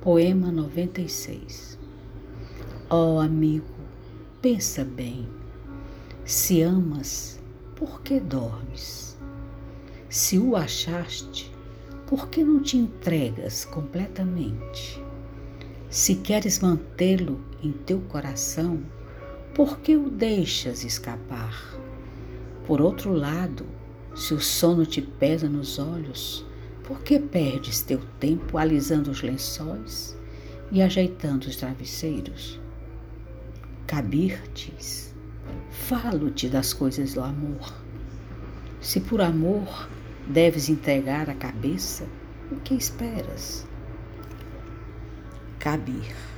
Poema 96. Ó amigo, pensa bem. Se amas, por que dormes? Se o achaste, por que não te entregas completamente? Se queres mantê-lo em teu coração, por que o deixas escapar? Por outro lado, se o sono te pesa nos olhos, por que perdes teu tempo alisando os lençóis e ajeitando os travesseiros? Kabir diz: falo-te das coisas do amor. Se por amor deves entregar a cabeça, o que esperas? Kabir.